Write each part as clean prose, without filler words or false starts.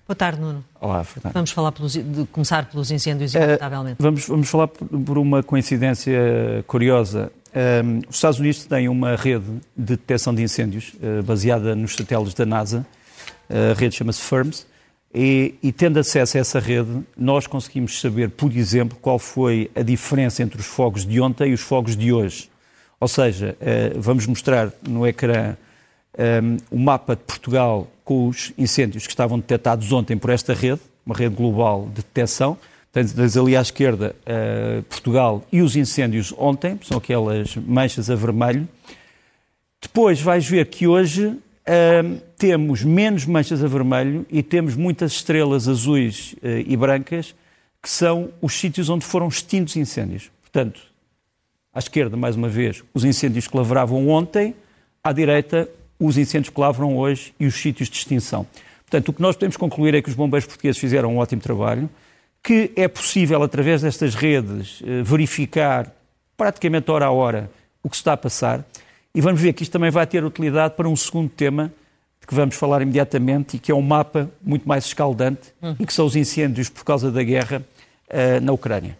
Boa tarde, Nuno. Olá, Fernando. Vamos falar começar pelos incêndios, inevitavelmente. Vamos falar por uma coincidência curiosa. Os Estados Unidos têm uma rede de detecção de incêndios baseada nos satélites da NASA. A rede chama-se FIRMS. E tendo acesso a essa rede, nós conseguimos saber, por exemplo, qual foi a diferença entre os fogos de ontem e os fogos de hoje. Ou seja, vamos mostrar no ecrã o mapa de Portugal com os incêndios que estavam detectados ontem por esta rede, uma rede global de detecção. Tens ali à esquerda Portugal e os incêndios ontem, são aquelas manchas a vermelho. Depois vais ver que hoje temos menos manchas a vermelho e temos muitas estrelas azuis e brancas, que são os sítios onde foram extintos incêndios. Portanto, à esquerda, mais uma vez, os incêndios que lavravam ontem, à direita, os incêndios que lavram hoje e os sítios de extinção. Portanto, o que nós podemos concluir é que os bombeiros portugueses fizeram um ótimo trabalho, que é possível, através destas redes, verificar praticamente hora a hora o que se está a passar. E vamos ver que isto também vai ter utilidade para um segundo tema, de que vamos falar imediatamente, e que é um mapa muito mais escaldante, e que são os incêndios por causa da guerra na Ucrânia.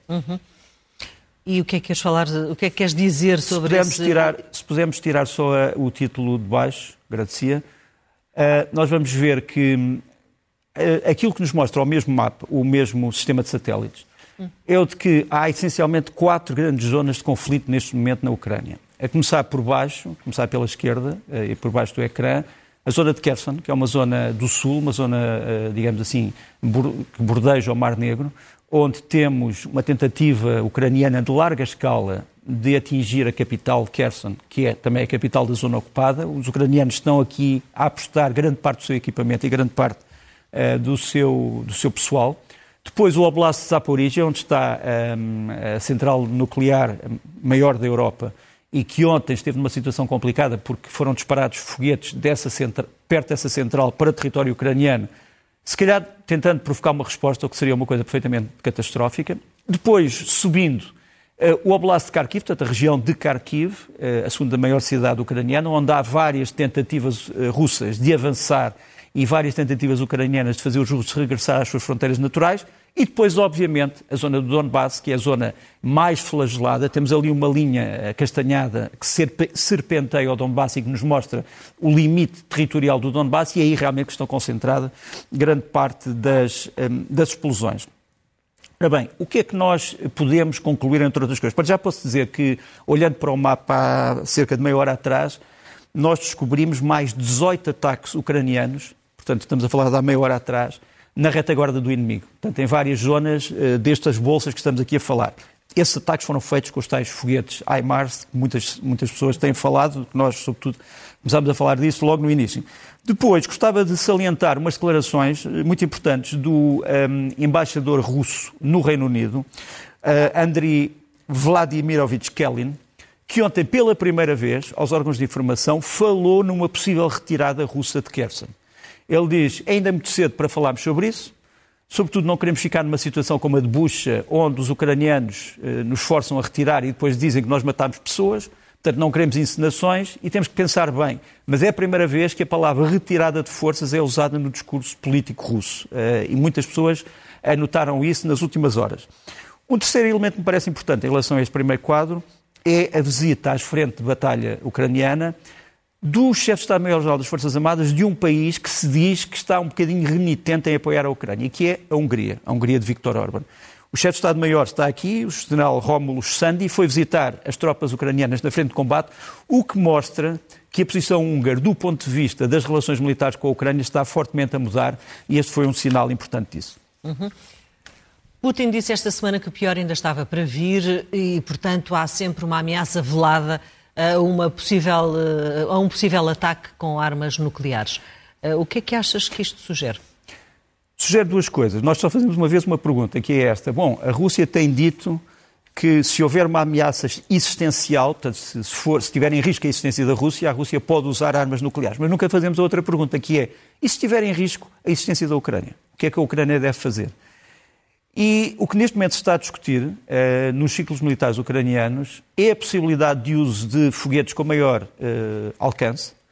E o que é que queres falar, o que é que queres dizer sobre isso? Se pudermos tirar só o título de baixo, agradecia, nós vamos ver que aquilo que nos mostra o mesmo mapa, o mesmo sistema de satélites, é o de que há essencialmente 4 grandes zonas de conflito neste momento na Ucrânia. A começar por baixo, começar pela esquerda e por baixo do ecrã, a zona de Kherson, que é uma zona do sul, uma zona, digamos assim, que bordeja o Mar Negro, onde temos uma tentativa ucraniana de larga escala de atingir a capital de Kherson, que é também a capital da zona ocupada. Os ucranianos estão aqui a apostar grande parte do seu equipamento e grande parte do seu pessoal. Depois o Oblast de Zaporizhia, onde está a central nuclear maior da Europa, e que ontem esteve numa situação complicada porque foram disparados foguetes perto dessa central para território ucraniano, se calhar tentando provocar uma resposta, o que seria uma coisa perfeitamente catastrófica. Depois, subindo, o Oblast de Kharkiv, portanto a região de Kharkiv, a segunda maior cidade ucraniana, onde há várias tentativas russas de avançar e várias tentativas ucranianas de fazer os russos regressar às suas fronteiras naturais. E depois, obviamente, a zona do Donbass, que é a zona mais flagelada. Temos ali uma linha castanhada que serpenteia ao Donbass e que nos mostra o limite territorial do Donbass, e aí realmente estão concentradas grande parte das explosões. Ora bem, o que é que nós podemos concluir, entre outras coisas? Já posso dizer que, olhando para o mapa há cerca de meia hora atrás, nós descobrimos mais 18 ataques ucranianos, portanto estamos a falar de há meia hora atrás, na retaguarda do inimigo. Portanto, em várias zonas destas bolsas que estamos aqui a falar. Esses ataques foram feitos com os tais foguetes HIMARS, que muitas pessoas têm falado, nós, sobretudo, começámos a falar disso logo no início. Depois, gostava de salientar umas declarações muito importantes do embaixador russo no Reino Unido, Andriy Vladimirovich Kelin, que ontem, pela primeira vez, aos órgãos de informação, falou numa possível retirada russa de Kherson. Ele diz, ainda é muito cedo para falarmos sobre isso, sobretudo não queremos ficar numa situação como a de Bucha, onde os ucranianos nos forçam a retirar e depois dizem que nós matámos pessoas, portanto não queremos encenações e temos que pensar bem. Mas é a primeira vez que a palavra retirada de forças é usada no discurso político russo e muitas pessoas notaram isso nas últimas horas. Um terceiro elemento que me parece importante em relação a este primeiro quadro é a visita às frentes de batalha ucraniana do chefe de Estado-Maior-Geral das Forças Armadas de um país que se diz que está um bocadinho renitente em apoiar a Ucrânia, que é a Hungria de Viktor Orbán. O chefe de Estado-Maior está aqui, o general Rómulo Sandi, foi visitar as tropas ucranianas na frente de combate, o que mostra que a posição húngara, do ponto de vista das relações militares com a Ucrânia, está fortemente a mudar, e este foi um sinal importante disso. Putin disse esta semana que o pior ainda estava para vir e, portanto, há sempre uma ameaça velada a um possível ataque com armas nucleares. O que é que achas que isto sugere? Sugere duas coisas. Nós só fazemos uma vez uma pergunta, que é esta. Bom, a Rússia tem dito que se houver uma ameaça existencial, portanto, se estiver em risco a existência da Rússia, a Rússia pode usar armas nucleares. Mas nunca fazemos a outra pergunta, que é, e se estiver em risco a existência da Ucrânia? O que é que a Ucrânia deve fazer? E o que neste momento se está a discutir nos ciclos militares ucranianos é a possibilidade de uso de foguetes com maior alcance,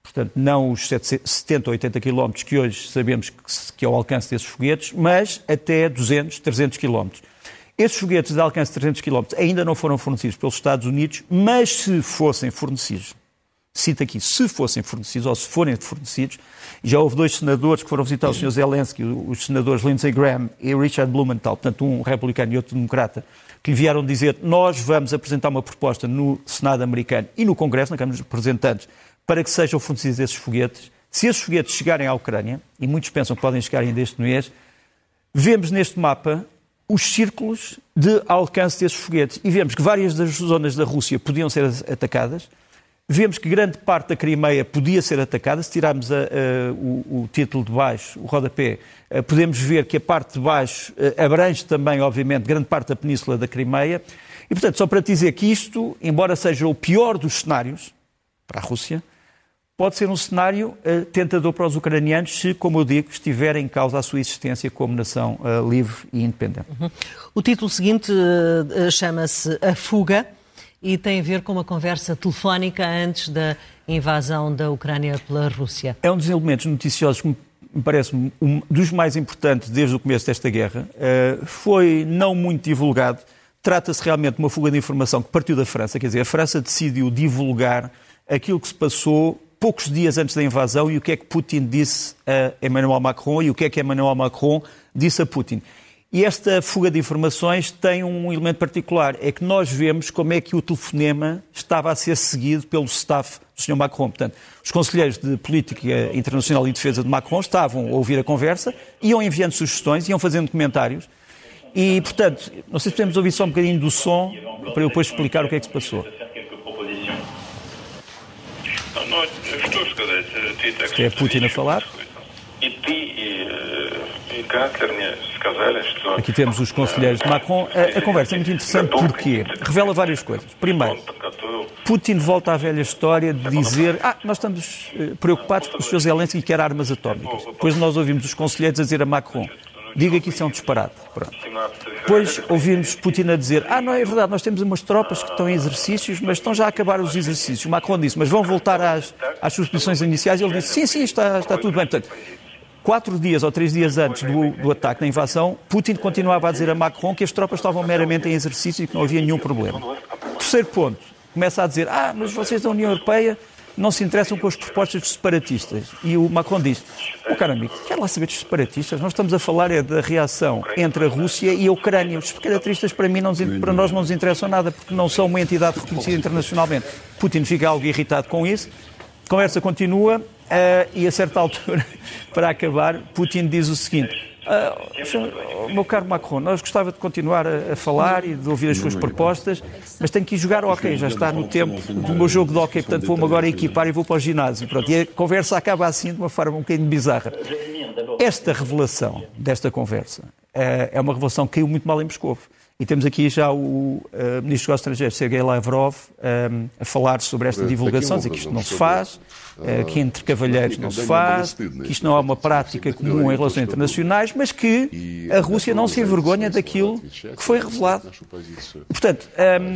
portanto, não os 70 ou 80 km que hoje sabemos que é o alcance desses foguetes, mas até 200, 300 km. Esses foguetes de alcance de 300 km ainda não foram fornecidos pelos Estados Unidos, mas se fossem fornecidos, cito aqui, se fossem fornecidos ou se forem fornecidos, já houve 2 senadores que foram visitar o Sr. Zelensky, os senadores Lindsey Graham e Richard Blumenthal, portanto um republicano e outro democrata, que lhe vieram dizer: nós vamos apresentar uma proposta no Senado americano e no Congresso, na Câmara dos Representantes, para que sejam fornecidos esses foguetes. Se esses foguetes chegarem à Ucrânia, e muitos pensam que podem chegar ainda este mês, vemos neste mapa os círculos de alcance desses foguetes e vemos que várias das zonas da Rússia podiam ser atacadas, vemos que grande parte da Crimeia podia ser atacada. Se tirarmos o título de baixo, o rodapé, podemos ver que a parte de baixo abrange também, obviamente, grande parte da península da Crimeia. E, portanto, só para dizer que isto, embora seja o pior dos cenários para a Rússia, pode ser um cenário tentador para os ucranianos se, como eu digo, estiver em causa a sua existência como nação livre e independente. O título seguinte chama-se A Fuga e tem a ver com uma conversa telefónica antes da invasão da Ucrânia pela Rússia. É um dos elementos noticiosos que me parece um dos mais importantes desde o começo desta guerra. Foi não muito divulgado. Trata-se realmente de uma fuga de informação que partiu da França. Quer dizer, a França decidiu divulgar aquilo que se passou poucos dias antes da invasão e o que é que Putin disse a Emmanuel Macron e o que é que Emmanuel Macron disse a Putin. E esta fuga de informações tem um elemento particular, é que nós vemos como é que o telefonema estava a ser seguido pelo staff do Sr. Macron. Portanto, os conselheiros de Política Internacional e Defesa de Macron estavam a ouvir a conversa, iam enviando sugestões, iam fazendo comentários e, portanto, não sei se podemos ouvir só um bocadinho do som para eu depois explicar o que é que se passou. Isto é Putin a falar. Aqui temos os conselheiros de Macron. A conversa é muito interessante porque revela várias coisas. Primeiro, Putin volta à velha história de dizer nós estamos preocupados porque o Sr. Zelensky quer armas atómicas. Depois nós ouvimos os conselheiros a dizer a Macron: diga que isso é um disparate. Pronto. Depois ouvimos Putin a dizer: não é verdade, nós temos umas tropas que estão em exercícios, mas estão já a acabar os exercícios. O Macron disse: mas vão voltar às suas posições iniciais? E ele disse: sim, está tudo bem. Portanto, 4 dias ou 3 dias antes do ataque, da invasão, Putin continuava a dizer a Macron que as tropas estavam meramente em exercício e que não havia nenhum problema. Terceiro ponto, começa a dizer: mas vocês da União Europeia não se interessam com as propostas dos separatistas. E o Macron diz: caro amigo, quer lá saber dos separatistas? Nós estamos a falar da reação entre a Rússia e a Ucrânia. Os separatistas para nós não nos interessam nada, porque não são uma entidade reconhecida internacionalmente. Putin fica algo irritado com isso. A conversa continua e a certa altura, para acabar, Putin diz o seguinte: meu caro Macron, nós gostava de continuar a falar e de ouvir as suas propostas, mas tenho que ir jogar hóquei, já está no tempo do meu jogo de hóquei, portanto vou-me agora equipar e vou para o ginásio. Pronto, e a conversa acaba assim, de uma forma um bocadinho bizarra. Esta revelação desta conversa é uma revelação que caiu muito mal em Moscou. E temos aqui já o Ministro dos Negócios Estrangeiros, Sergei Lavrov, a falar sobre esta divulgação, dizer que isto não se faz, que entre cavalheiros não se faz, que isto não é uma prática comum em relações internacionais, mas que a Rússia não se envergonha daquilo que foi revelado. Portanto,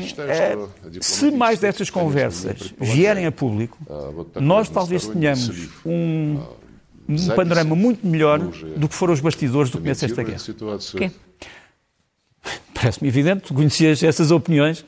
se mais destas conversas vierem a público, nós talvez tenhamos um panorama muito melhor do que foram os bastidores do começo desta guerra. Okay? Parece-me evidente, conhecias essas opiniões?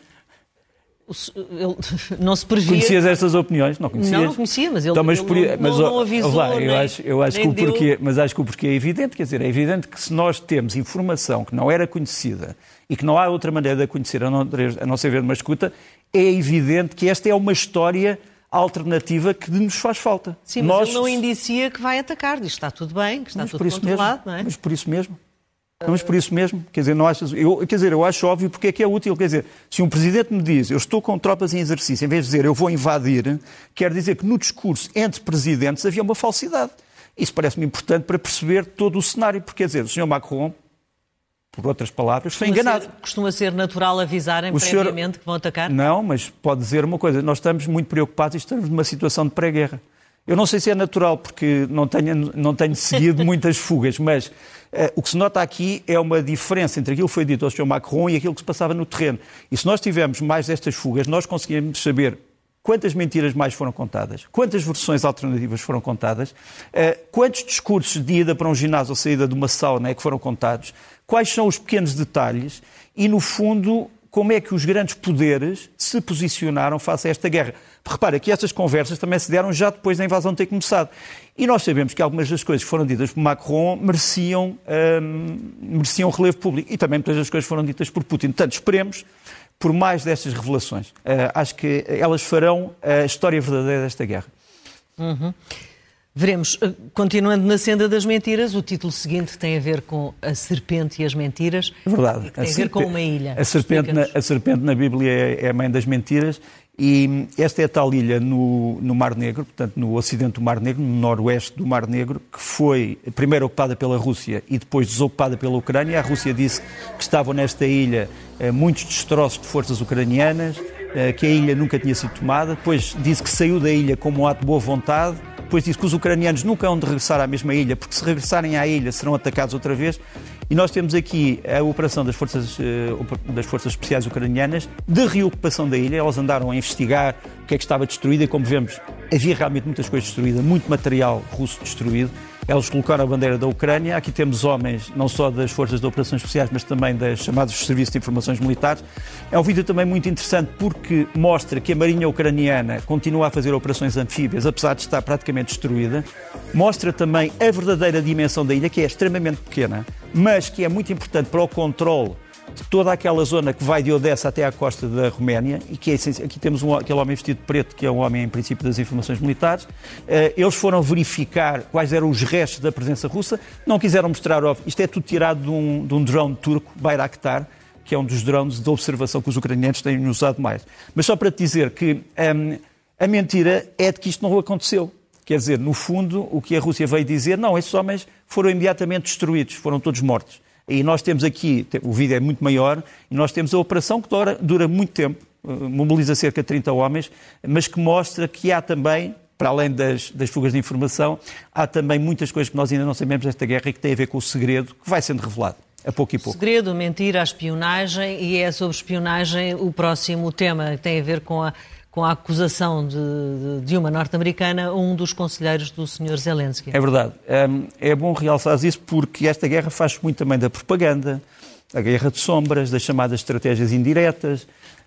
Ele não se previa. Conhecias estas opiniões? Não conhecias? Não conhecia, mas ele não avisou. Eu acho que o porquê é evidente, quer dizer, é evidente que se nós temos informação que não era conhecida e que não há outra maneira de a conhecer a não ser ver uma escuta, é evidente que esta é uma história alternativa que nos faz falta. Sim, mas ele não indicia que vai atacar, diz que está tudo bem, que está tudo controlado, não é? Mas por isso mesmo. Mas por isso mesmo, quer dizer, não achas, eu acho óbvio porque é que é útil, quer dizer, se um presidente me diz eu estou com tropas em exercício, em vez de dizer eu vou invadir, quer dizer que no discurso entre presidentes havia uma falsidade. Isso parece-me importante para perceber todo o cenário, porque quer dizer, o Sr. Macron, por outras palavras, foi enganado. Costuma ser natural avisarem previamente que vão atacar? Não, mas pode dizer uma coisa, nós estamos muito preocupados e estamos numa situação de pré-guerra. Eu não sei se é natural, porque não tenho seguido muitas fugas, mas o que se nota aqui é uma diferença entre aquilo que foi dito ao Sr. Macron e aquilo que se passava no terreno. E se nós tivermos mais destas fugas, nós conseguimos saber quantas mentiras mais foram contadas, quantas versões alternativas foram contadas, quantos discursos de ida para um ginásio ou saída de uma sauna é que foram contados, quais são os pequenos detalhes e, no fundo, como é que os grandes poderes se posicionaram face a esta guerra. Repara que estas conversas também se deram já depois da invasão ter começado. E nós sabemos que algumas das coisas que foram ditas por Macron mereciam relevo público. E também muitas das coisas foram ditas por Putin. Portanto, esperemos por mais destas revelações. Acho que elas farão a história verdadeira desta guerra. Uhum. Veremos. Continuando na senda das mentiras, o título seguinte tem a ver com a serpente e as mentiras. É verdade. Tem a ver com uma ilha. A serpente na Bíblia é a mãe das mentiras e esta é a tal ilha no Mar Negro, portanto no ocidente do Mar Negro, no noroeste do Mar Negro, que foi primeiro ocupada pela Rússia e depois desocupada pela Ucrânia. A Rússia disse que estavam nesta ilha muitos destroços de forças ucranianas, que a ilha nunca tinha sido tomada, depois disse que saiu da ilha como um ato de boa vontade. Depois disse que os ucranianos nunca hão de regressar à mesma ilha, porque se regressarem à ilha serão atacados outra vez. E nós temos aqui a operação das forças especiais ucranianas de reocupação da ilha. Elas andaram a investigar o que é que estava destruído e, como vemos, havia realmente muitas coisas destruídas, muito material russo destruído. Eles colocaram a bandeira da Ucrânia. Aqui temos homens, não só das forças de operações especiais, mas também das chamadas serviços de informações militares. É um vídeo também muito interessante porque mostra que a Marinha ucraniana continua a fazer operações anfíbias, apesar de estar praticamente destruída. Mostra também a verdadeira dimensão da ilha, que é extremamente pequena, mas que é muito importante para o controle de toda aquela zona que vai de Odessa até à costa da Roménia, e que é essencial. Aqui temos aquele homem vestido de preto, que é um homem, em princípio, das informações militares. Eles foram verificar quais eram os restos da presença russa, não quiseram mostrar, isto é tudo tirado de um drone turco, Bayraktar, que é um dos drones de observação que os ucranianos têm usado mais. Mas só para te dizer que a mentira é de que isto não aconteceu. Quer dizer, no fundo, o que a Rússia veio dizer, não, esses homens foram imediatamente destruídos, foram todos mortos. E nós temos aqui, o vídeo é muito maior, e nós temos a operação que dura muito tempo, mobiliza cerca de 30 homens, mas que mostra que há também, para além das fugas de informação, há também muitas coisas que nós ainda não sabemos desta guerra e que têm a ver com o segredo que vai sendo revelado, a pouco e pouco. Segredo, mentira, a espionagem, e é sobre espionagem o próximo tema, que tem a ver com a acusação de uma norte-americana, um dos conselheiros do Sr. Zelensky. É verdade. É bom realçar isso porque esta guerra faz muito também da propaganda, da guerra de sombras, das chamadas estratégias indiretas,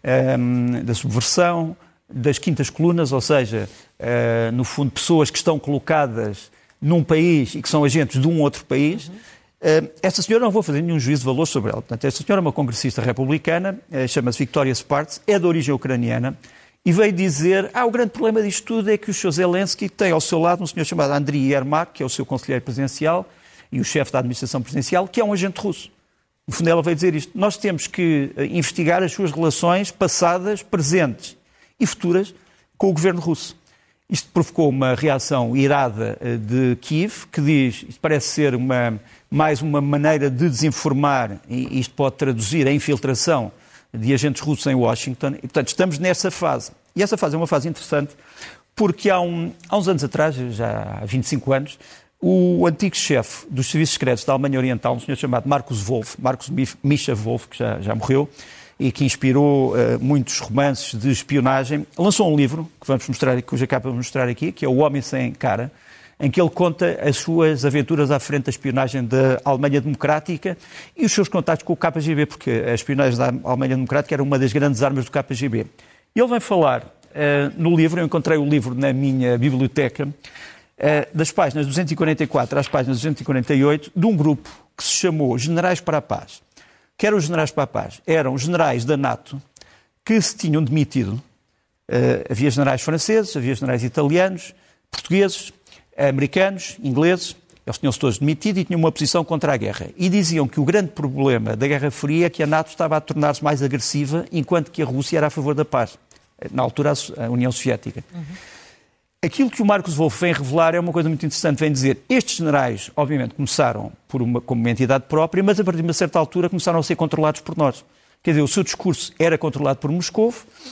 da subversão, das quintas colunas, ou seja, no fundo, pessoas que estão colocadas num país e que são agentes de um outro país. Esta senhora, não vou fazer nenhum juízo de valor sobre ela. Portanto, esta senhora é uma congressista republicana, chama-se Victoria Spartz, é de origem ucraniana, e veio dizer, o grande problema disto tudo é que o Sr. Zelensky tem ao seu lado um senhor chamado Andriy Yermak, que é o seu conselheiro presidencial e o chefe da administração presidencial, que é um agente russo. No fundo, ela veio dizer isto. Nós temos que investigar as suas relações passadas, presentes e futuras com o governo russo. Isto provocou uma reação irada de Kiev, que diz, isto parece ser mais uma maneira de desinformar, e isto pode traduzir a infiltração de agentes russos em Washington, e portanto estamos nessa fase. E essa fase é uma fase interessante porque há uns anos atrás, já há 25 anos, o antigo chefe dos serviços secretos da Alemanha Oriental, um senhor chamado Markus Mischa Wolf, que já morreu, e que inspirou muitos romances de espionagem, lançou um livro, que vamos mostrar, cuja capa vamos mostrar aqui, que é O Homem Sem Cara, em que ele conta as suas aventuras à frente da espionagem da Alemanha Democrática e os seus contactos com o KGB, porque a espionagem da Alemanha Democrática era uma das grandes armas do KGB. Ele vem falar no livro, eu encontrei o livro na minha biblioteca, das páginas 244 às páginas 248, de um grupo que se chamou Generais para a Paz. Que eram os Generais para a Paz? Eram generais da NATO que se tinham demitido. Havia generais franceses, havia generais italianos, portugueses, americanos, ingleses, eles tinham-se todos demitido e tinham uma posição contra a guerra. E diziam que o grande problema da Guerra Fria é que a NATO estava a tornar-se mais agressiva, enquanto que a Rússia era a favor da paz. Na altura, a União Soviética. Aquilo que o Markus Wolf vem revelar é uma coisa muito interessante. Vem dizer, estes generais, obviamente, começaram como uma entidade própria, mas a partir de uma certa altura começaram a ser controlados por nós. Quer dizer, o seu discurso era controlado por Moscou,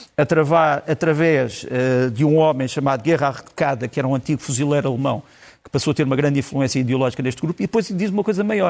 através de um homem chamado Gerhard Kada, que era um antigo fuzileiro alemão, que passou a ter uma grande influência ideológica neste grupo, e depois diz uma coisa maior.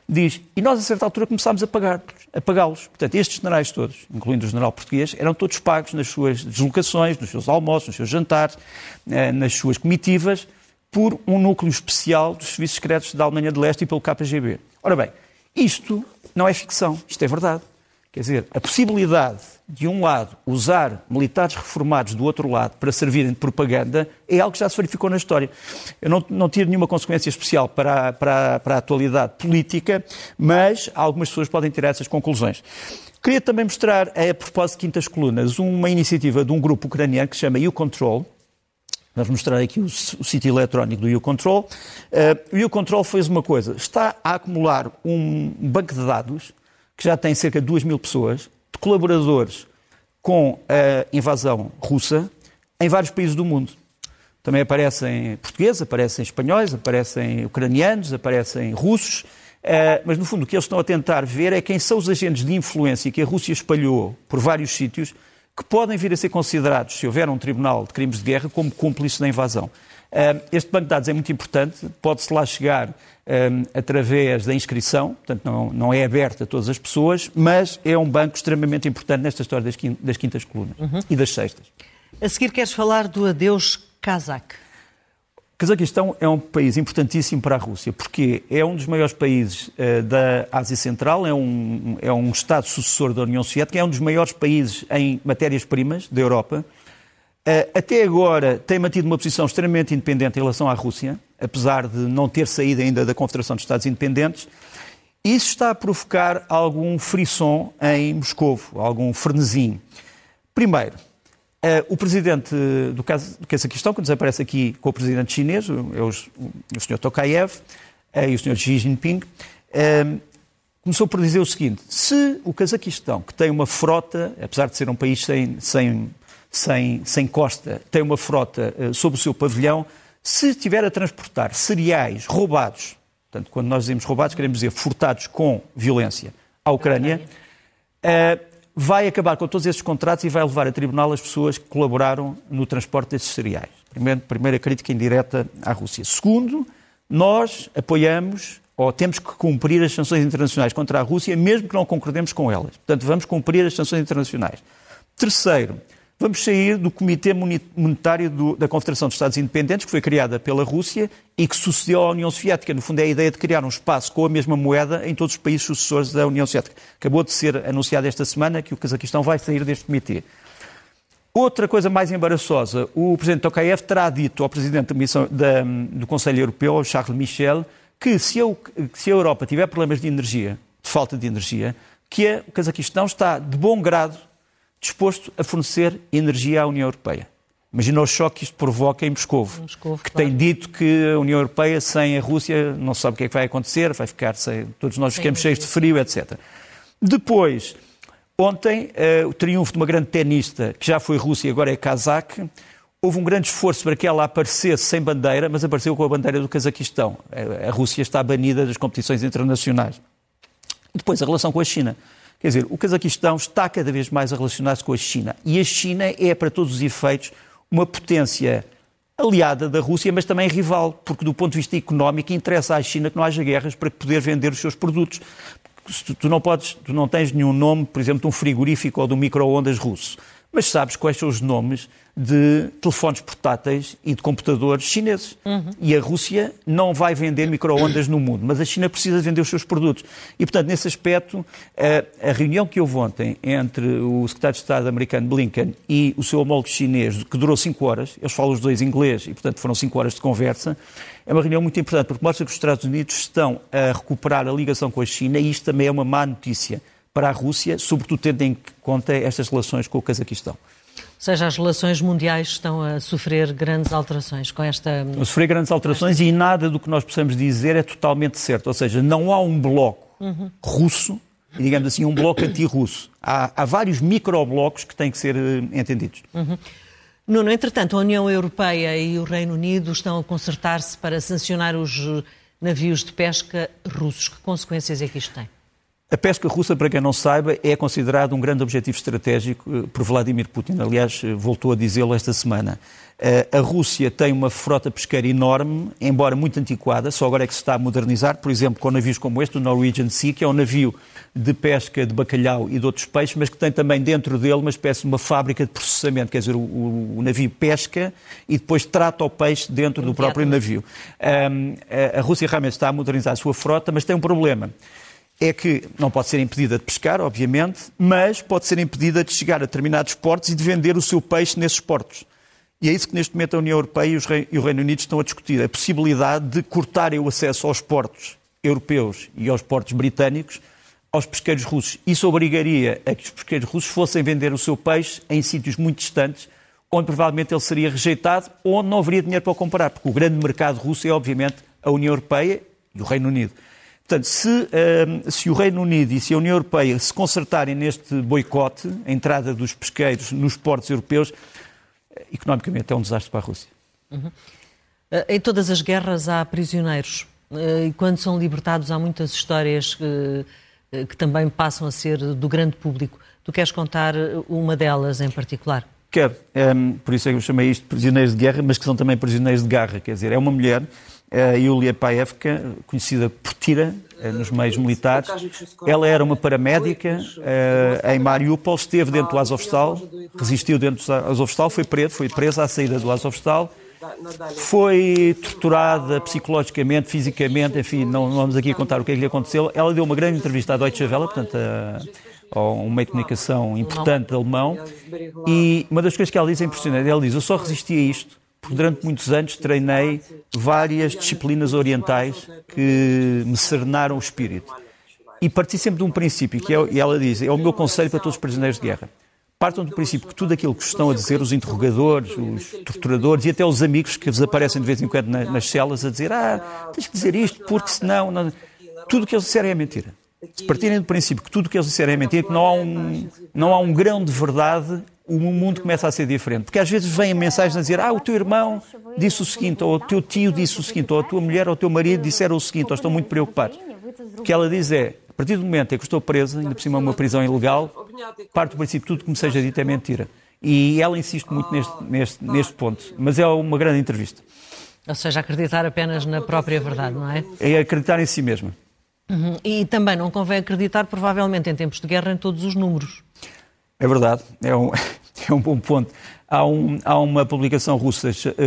diz, e nós a certa altura começámos a pagá-los. Portanto, estes generais todos, incluindo o general português, eram todos pagos nas suas deslocações, nos seus almoços, nos seus jantares, nas suas comitivas, por um núcleo especial dos serviços secretos da Alemanha de Leste e pelo KGB. Ora bem, isto não é ficção, isto é verdade. Quer dizer, a possibilidade de um lado usar militares reformados do outro lado para servirem de propaganda é algo que já se verificou na história. Eu não tiro nenhuma consequência especial para a atualidade política, mas algumas pessoas podem tirar essas conclusões. Queria também mostrar, a propósito de Quintas Colunas, uma iniciativa de um grupo ucraniano que se chama U-Control. Vamos mostrar aqui o sítio eletrónico do U-Control. O U-Control fez uma coisa, está a acumular um banco de dados que já tem cerca de 2.000 pessoas, de colaboradores com a invasão russa em vários países do mundo. Também aparecem portugueses, aparecem espanhóis, aparecem ucranianos, aparecem russos, mas no fundo o que eles estão a tentar ver é quem são os agentes de influência que a Rússia espalhou por vários sítios que podem vir a ser considerados, se houver um tribunal de crimes de guerra, como cúmplices da invasão. Este banco de dados é muito importante, pode-se lá chegar através da inscrição, portanto não é aberto a todas as pessoas, mas é um banco extremamente importante nesta história das Quintas Colunas e das Sextas. A seguir queres falar do adeus cazaque. O Cazaquistão é um país importantíssimo para a Rússia, porque é um dos maiores países da Ásia Central, é um Estado sucessor da União Soviética, é um dos maiores países em matérias-primas da Europa. Até agora tem mantido uma posição extremamente independente em relação à Rússia, apesar de não ter saído ainda da Confederação de Estados Independentes. Isso está a provocar algum frisson em Moscovo, algum frenesim. Primeiro, o presidente do Cazaquistão, que nos aparece aqui com o presidente chinês, o Sr. Tokayev e o Sr. Xi Jinping, começou por dizer o seguinte: se o Cazaquistão, que tem uma frota, apesar de ser um país sem costa, tem uma frota sob o seu pavilhão, se estiver a transportar cereais roubados, portanto, quando nós dizemos roubados, queremos dizer furtados com violência à Ucrânia, vai acabar com todos esses contratos e vai levar a tribunal as pessoas que colaboraram no transporte desses cereais. Primeira crítica indireta à Rússia. Segundo, nós apoiamos ou temos que cumprir as sanções internacionais contra a Rússia, mesmo que não concordemos com elas. Portanto, vamos cumprir as sanções internacionais. Terceiro, vamos sair do Comitê Monetário da Confederação de Estados Independentes, que foi criada pela Rússia e que sucedeu à União Soviética. No fundo, é a ideia de criar um espaço com a mesma moeda em todos os países sucessores da União Soviética. Acabou de ser anunciado esta semana que o Cazaquistão vai sair deste comitê. Outra coisa mais embaraçosa, o presidente Tokayev terá dito ao presidente do Conselho Europeu, ao Charles Michel, que se a Europa tiver problemas de energia, de falta de energia, que o Cazaquistão está de bom grado disposto a fornecer energia à União Europeia. Imagina o choque que isto provoca em Moscovo, que claro, tem dito que a União Europeia sem a Rússia não sabe o que é que vai acontecer, vai ficar todos nós ficamos cheios de frio, etc. Depois, ontem, o triunfo de uma grande tenista, que já foi Rússia e agora é cazaque, houve um grande esforço para que ela aparecesse sem bandeira, mas apareceu com a bandeira do Cazaquistão. A Rússia está banida das competições internacionais. E depois, a relação com a China. Quer dizer, o Cazaquistão está cada vez mais a relacionar-se com a China. E a China é, para todos os efeitos, uma potência aliada da Rússia, mas também rival, porque do ponto de vista económico interessa à China que não haja guerras para poder vender os seus produtos. Tu não tens nenhum nome, por exemplo, de um frigorífico ou de um micro-ondas russo, mas sabes quais são os nomes de telefones portáteis e de computadores chineses. E a Rússia não vai vender micro-ondas no mundo, mas a China precisa vender os seus produtos. E, portanto, nesse aspecto, a reunião que houve ontem entre o secretário de Estado americano Blinken e o seu homólogo chinês, que durou 5 horas, eles falam os dois inglês e, portanto, foram 5 horas de conversa, é uma reunião muito importante, porque mostra que os Estados Unidos estão a recuperar a ligação com a China e isto também é uma má notícia para a Rússia, sobretudo tendo em conta estas relações com o Cazaquistão. Ou seja, as relações mundiais estão a sofrer grandes alterações com esta... A sofrer grandes alterações e nada do que nós possamos dizer é totalmente certo. Ou seja, não há um bloco russo, digamos assim, um bloco anti-russo. Há vários microblocos que têm que ser entendidos. Nuno, entretanto, a União Europeia e o Reino Unido estão a concertar-se para sancionar os navios de pesca russos. Que consequências é que isto tem? A pesca russa, para quem não saiba, é considerado um grande objetivo estratégico por Vladimir Putin. Aliás, voltou a dizê-lo esta semana. A Rússia tem uma frota pesqueira enorme, embora muito antiquada, só agora é que se está a modernizar, por exemplo, com navios como este, o Norwegian Sea, que é um navio de pesca de bacalhau e de outros peixes, mas que tem também dentro dele uma espécie de uma fábrica de processamento, quer dizer, o navio pesca e depois trata o peixe dentro do próprio navio. A Rússia realmente está a modernizar a sua frota, mas tem um problema. É que não pode ser impedida de pescar, obviamente, mas pode ser impedida de chegar a determinados portos e de vender o seu peixe nesses portos. E é isso que neste momento a União Europeia e o Reino Unido estão a discutir, a possibilidade de cortarem o acesso aos portos europeus e aos portos britânicos aos pesqueiros russos. Isso obrigaria a que os pesqueiros russos fossem vender o seu peixe em sítios muito distantes, onde provavelmente ele seria rejeitado ou onde não haveria dinheiro para o comprar, porque o grande mercado russo é, obviamente, a União Europeia e o Reino Unido. Portanto, se o Reino Unido e se a União Europeia se concertarem neste boicote, a entrada dos pesqueiros nos portos europeus, economicamente é um desastre para a Rússia. Em todas as guerras há prisioneiros e quando são libertados há muitas histórias que também passam a ser do grande público. Tu queres contar uma delas em particular? Quero. Por isso é que eu chamei isto de prisioneiros de guerra, mas que são também prisioneiros de garra. Quer dizer, é uma mulher, a Yulia Paevka, conhecida por Tira, nos meios militares. Ela era uma paramédica em Mariupol, esteve dentro do Azovstal, resistiu dentro do Azovstal, foi presa à saída do Azovstal, foi torturada psicologicamente, fisicamente, enfim, não vamos aqui contar o que é que lhe aconteceu. Ela deu uma grande entrevista à Deutsche Welle, portanto, a um meio de comunicação importante alemão, e uma das coisas que ela diz é impressionante. Ela diz: eu só resisti a isto porque durante muitos anos treinei várias disciplinas orientais que me serenaram o espírito. E parti sempre de um princípio, e ela diz, é o meu conselho para todos os prisioneiros de guerra. Partam do princípio que tudo aquilo que estão a dizer, os interrogadores, os torturadores e até os amigos que vos aparecem de vez em quando nas celas a dizer tens que dizer isto porque senão... Não... Tudo o que eles disserem é mentira. Se partirem do princípio que tudo o que eles disserem é mentira, que não há um grão de verdade, o mundo começa a ser diferente. Porque às vezes vêm mensagens a dizer o teu irmão disse o seguinte, ou o teu tio disse o seguinte, ou a tua mulher ou o teu marido disseram o seguinte, ou estão muito preocupados. O que ela diz é, a partir do momento em que estou presa, ainda por cima uma prisão ilegal, parte do princípio que tudo que me seja dito é mentira. E ela insiste muito neste ponto. Mas é uma grande entrevista. Ou seja, acreditar apenas na própria verdade, não é? É acreditar em si mesma. E também não convém acreditar, provavelmente, em tempos de guerra, em todos os números. É verdade, é um bom ponto. Há uma publicação russa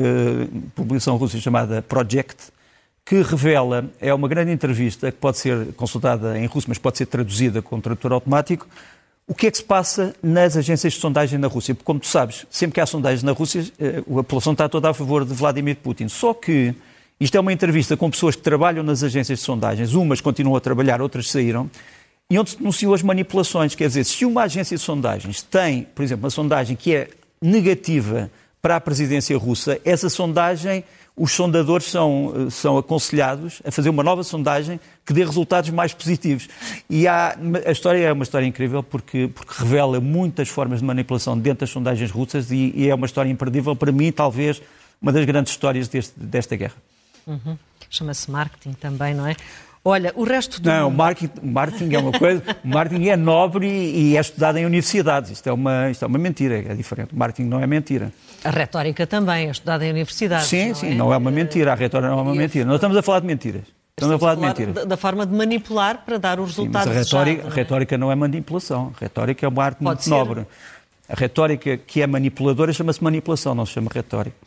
chamada Project, que revela, é uma grande entrevista que pode ser consultada em russo, mas pode ser traduzida com tradutor automático, o que é que se passa nas agências de sondagem na Rússia. Porque, como tu sabes, sempre que há sondagens na Rússia, a população está toda a favor de Vladimir Putin. Só que isto é uma entrevista com pessoas que trabalham nas agências de sondagens, umas continuam a trabalhar, outras saíram, e onde se denunciam as manipulações. Quer dizer, se uma agência de sondagens tem, por exemplo, uma sondagem que é negativa para a presidência russa, essa sondagem, os sondadores são aconselhados a fazer uma nova sondagem que dê resultados mais positivos. E a história é uma história incrível porque revela muitas formas de manipulação dentro das sondagens russas e é uma história imperdível, para mim, talvez, uma das grandes histórias desta guerra. Chama-se marketing também, não é? Olha, o resto do... Não, marketing é uma coisa... O marketing é nobre e é estudado em universidades. Isto é uma mentira, é diferente. O marketing não é mentira. A retórica também é estudada em universidades. Sim, não é uma mentira. A retórica não é uma mentira. Não estamos a falar de mentiras. Estamos a falar de mentiras. Da forma de manipular para dar os resultados. Sim, mas a retórica não é manipulação. A retórica é uma arte muito nobre. A retórica que é manipuladora chama-se manipulação, não se chama retórica.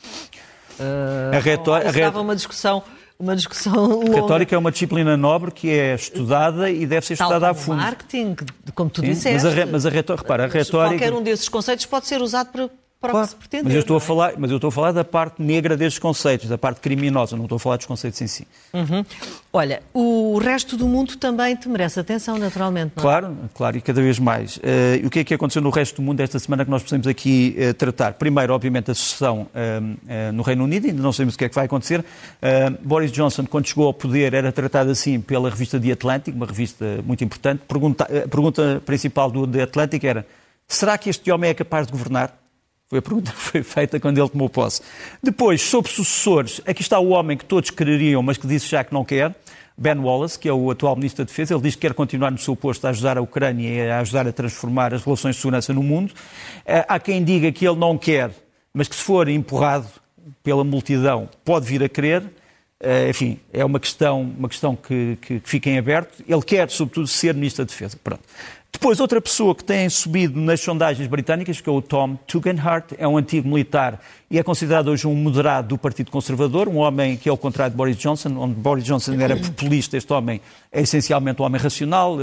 Estava uma discussão longa. A retórica é uma disciplina nobre que é estudada e deve ser estudada a fundo. Marketing, como tu disseste. Mas a retórica... Qualquer um desses conceitos pode ser usado para o que se pretende. Mas eu estou a falar da parte negra destes conceitos, da parte criminosa, não estou a falar dos conceitos em si. Olha, o resto do mundo também te merece atenção, naturalmente, não é? Claro, e cada vez mais. E o que é que aconteceu no resto do mundo esta semana que nós precisamos aqui tratar? Primeiro, obviamente, a sucessão no Reino Unido, ainda não sabemos o que é que vai acontecer. Boris Johnson, quando chegou ao poder, era tratado assim pela revista The Atlantic, uma revista muito importante. A pergunta principal do The Atlantic era: será que este homem é capaz de governar? Foi a pergunta que foi feita quando ele tomou posse. Depois, sobre sucessores, aqui está o homem que todos quereriam, mas que disse já que não quer. Ben Wallace, que é o atual Ministro da Defesa. Ele diz que quer continuar no seu posto a ajudar a Ucrânia e a ajudar a transformar as relações de segurança no mundo. Há quem diga que ele não quer, mas que se for empurrado pela multidão pode vir a querer. Enfim, é uma questão que fica em aberto. Ele quer, sobretudo, ser Ministro da Defesa. Pronto. Depois, outra pessoa que tem subido nas sondagens britânicas, que é o Tom Tugendhat, é um antigo militar e é considerado hoje um moderado do Partido Conservador, um homem que é o contrário de Boris Johnson, onde Boris Johnson era populista, este homem é essencialmente um homem racional,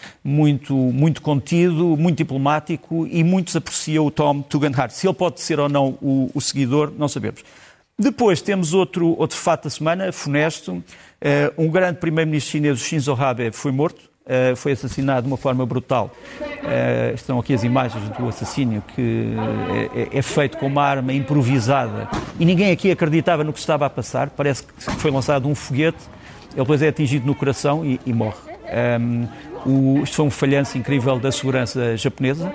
muito contido, muito diplomático, e muitos apreciam o Tom Tugendhat. Se ele pode ser ou não o seguidor, não sabemos. Depois temos outro fato da semana, funesto. Um grande primeiro-ministro chinês, Shinzo Abe, foi morto. Foi assassinado de uma forma brutal. Estão aqui as imagens do assassínio, que é feito com uma arma improvisada e ninguém aqui acreditava no que estava a passar. Parece que foi lançado um foguete, ele depois é atingido no coração e morre. Isto foi um falhanço incrível da segurança japonesa.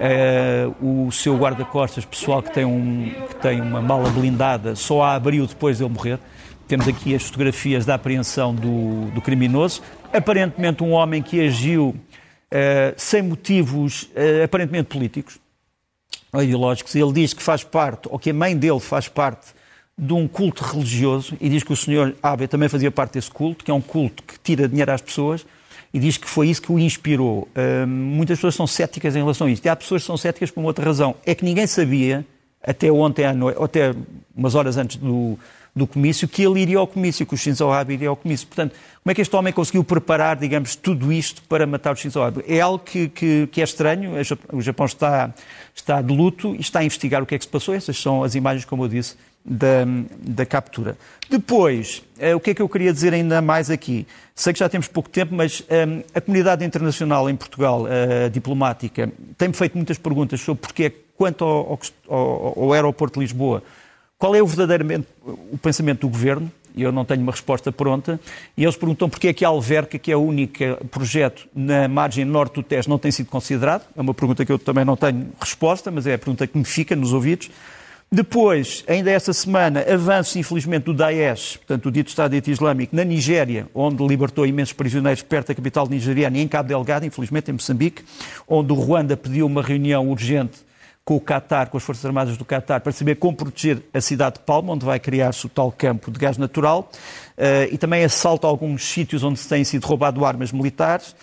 O seu guarda-costas pessoal, que tem uma mala blindada, só a abriu depois de ele morrer. Temos aqui as fotografias da apreensão do criminoso. Aparentemente um homem que agiu sem motivos aparentemente políticos ou ideológicos. Ele diz que faz parte, ou que a mãe dele faz parte de um culto religioso, e diz que o Sr. Abe também fazia parte desse culto, que é um culto que tira dinheiro às pessoas, e diz que foi isso que o inspirou. Muitas pessoas são céticas em relação a isto. E há pessoas que são céticas por uma outra razão. É que ninguém sabia, até ontem à noite, ou até umas horas antes do comício, que ele iria ao comício, que o Shinzo Abe iria ao comício. Portanto, como é que este homem conseguiu preparar, digamos, tudo isto para matar o Shinzo Abe? É algo que é estranho. O Japão está de luto e está a investigar o que é que se passou. Essas são as imagens, como eu disse, da captura. Depois, o que é que eu queria dizer ainda mais aqui? Sei que já temos pouco tempo, mas a comunidade internacional em Portugal, diplomática, tem-me feito muitas perguntas sobre porque, quanto ao aeroporto de Lisboa, qual é verdadeiramente o pensamento do Governo? E eu não tenho uma resposta pronta. E eles perguntam porque é que a Alverca, que é o único projeto na margem norte do Tejo, não tem sido considerado. É uma pergunta que eu também não tenho resposta, mas é a pergunta que me fica nos ouvidos. Depois, ainda esta semana, avanço, infelizmente, do Daesh, portanto, o dito Estado Islâmico, na Nigéria, onde libertou imensos prisioneiros perto da capital nigeriana, e em Cabo Delgado, infelizmente, em Moçambique, onde o Ruanda pediu uma reunião urgente com o Qatar, com as Forças Armadas do Qatar, para saber como proteger a cidade de Palma, onde vai criar-se o tal campo de gás natural, e também assalto a alguns sítios onde se têm sido roubado armas militares.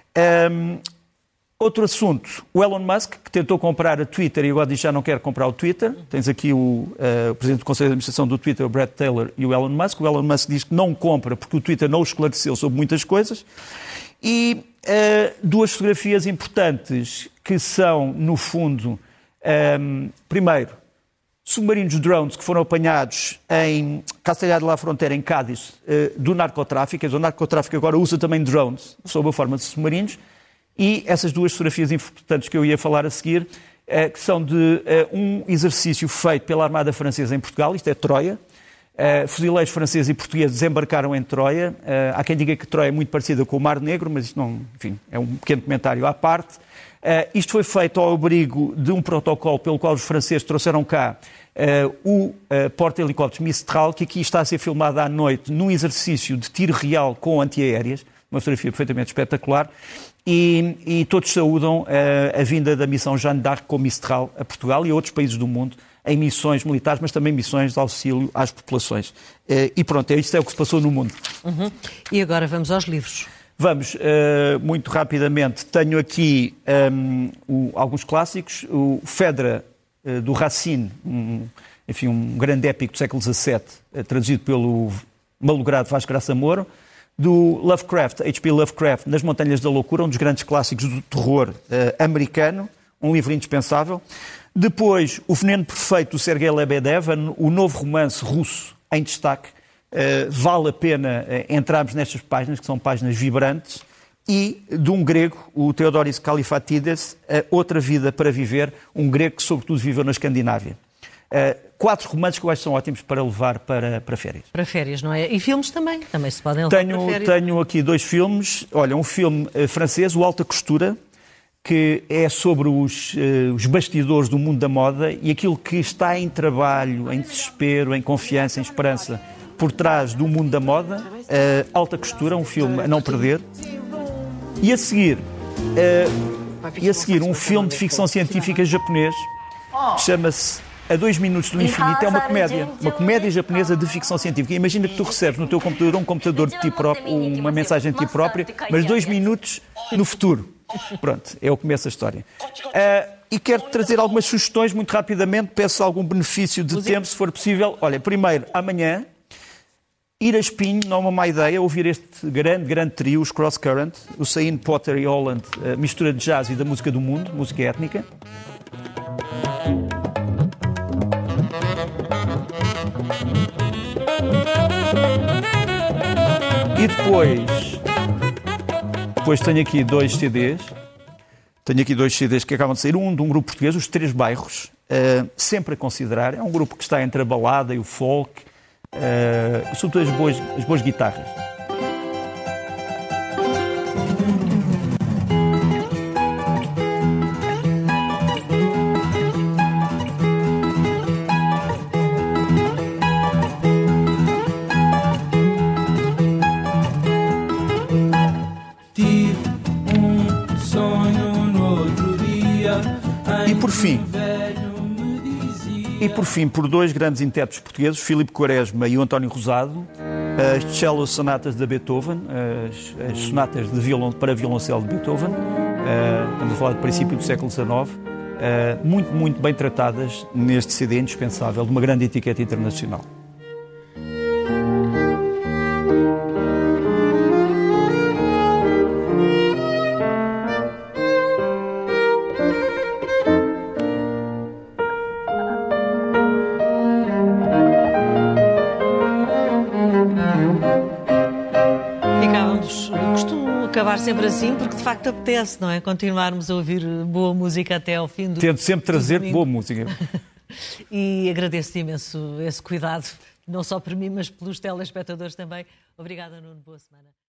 Outro assunto, o Elon Musk, que tentou comprar a Twitter e agora diz que já não quer comprar o Twitter. Tens aqui o Presidente do Conselho de Administração do Twitter, o Brad Taylor, e o Elon Musk. O Elon Musk diz que não compra porque o Twitter não o esclareceu sobre muitas coisas. E duas fotografias importantes que são, no fundo, primeiro, submarinos drones que foram apanhados em Castellar de la Frontera, em Cádiz, do narcotráfico. O narcotráfico agora usa também drones sob a forma de submarinos. E essas duas fotografias importantes que eu ia falar a seguir, que são de um exercício feito pela Armada Francesa em Portugal, isto é Troia. Fuzileiros franceses e portugueses desembarcaram em Troia. Há quem diga que Troia é muito parecida com o Mar Negro, mas isto não, enfim, é um pequeno comentário à parte. Isto foi feito ao abrigo de um protocolo pelo qual os franceses trouxeram cá o porta-helicópteros Mistral, que aqui está a ser filmado à noite num exercício de tiro real com antiaéreas, uma fotografia perfeitamente espetacular. E todos saúdam a vinda da missão Jeanne d'Arc com Mistral a Portugal e a outros países do mundo em missões militares, mas também missões de auxílio às populações. E pronto, isto é o que se passou no mundo. Uhum. E agora vamos aos livros. Vamos, muito rapidamente. Tenho aqui alguns clássicos. O Phèdre, do Racine, um grande épico do século XVII, traduzido pelo malogrado Vasco Graça Moura. Do Lovecraft, H.P. Lovecraft, Nas Montanhas da Loucura, um dos grandes clássicos do terror americano, um livro indispensável. Depois, O Veneno Perfeito, do Sergei Lebedev, o novo romance russo em destaque. Vale a pena entrarmos nestas páginas, que são páginas vibrantes. E de um grego, o Theodoros Kalifatides, Outra Vida para Viver, um grego que sobretudo viveu na Escandinávia. 4 romances que eu acho que são ótimos para levar para férias. Para férias, não é? E filmes também se podem levar para férias. Tenho aqui 2 filmes. Olha, um filme francês, O Alta Costura, que é sobre os bastidores do mundo da moda e aquilo que está em trabalho, em desespero, em confiança, em esperança por trás do mundo da moda, Alta Costura, um filme a não perder. E a seguir um filme de ficção científica japonês, que chama-se A 2 Minutos do Infinito. É uma comédia japonesa de ficção científica. Imagina que tu recebes no teu computador um computador de ti próprio, uma mensagem de ti própria, mas 2 minutos no futuro. Pronto, é o começo da história. E quero trazer algumas sugestões muito rapidamente, peço algum benefício de tempo, se for possível. Olha, primeiro, amanhã, ir a Espinho, não é uma má ideia, ouvir este grande trio, os Cross Current, o Sain Potter e Holland, mistura de jazz e da música do mundo, música étnica. E depois tenho aqui dois CDs. Que acabam de sair. Um de um grupo português, os Três Bairros, sempre a considerar. É um grupo que está entre a balada e o folk, sobretudo as boas guitarras. E por fim, por dois grandes intérpretes portugueses, Filipe Quaresma e o António Rosado, as cello sonatas de Beethoven, as sonatas para violoncelo de Beethoven, estamos a falar do princípio do século XIX, muito bem tratadas neste CD indispensável de uma grande etiqueta internacional. Costumo acabar sempre assim, porque de facto apetece, não é? Continuarmos a ouvir boa música até ao fim do Tento sempre trazer boa música. E agradeço-te imenso esse cuidado, não só por mim, mas pelos telespectadores também. Obrigada, Nuno. Boa semana.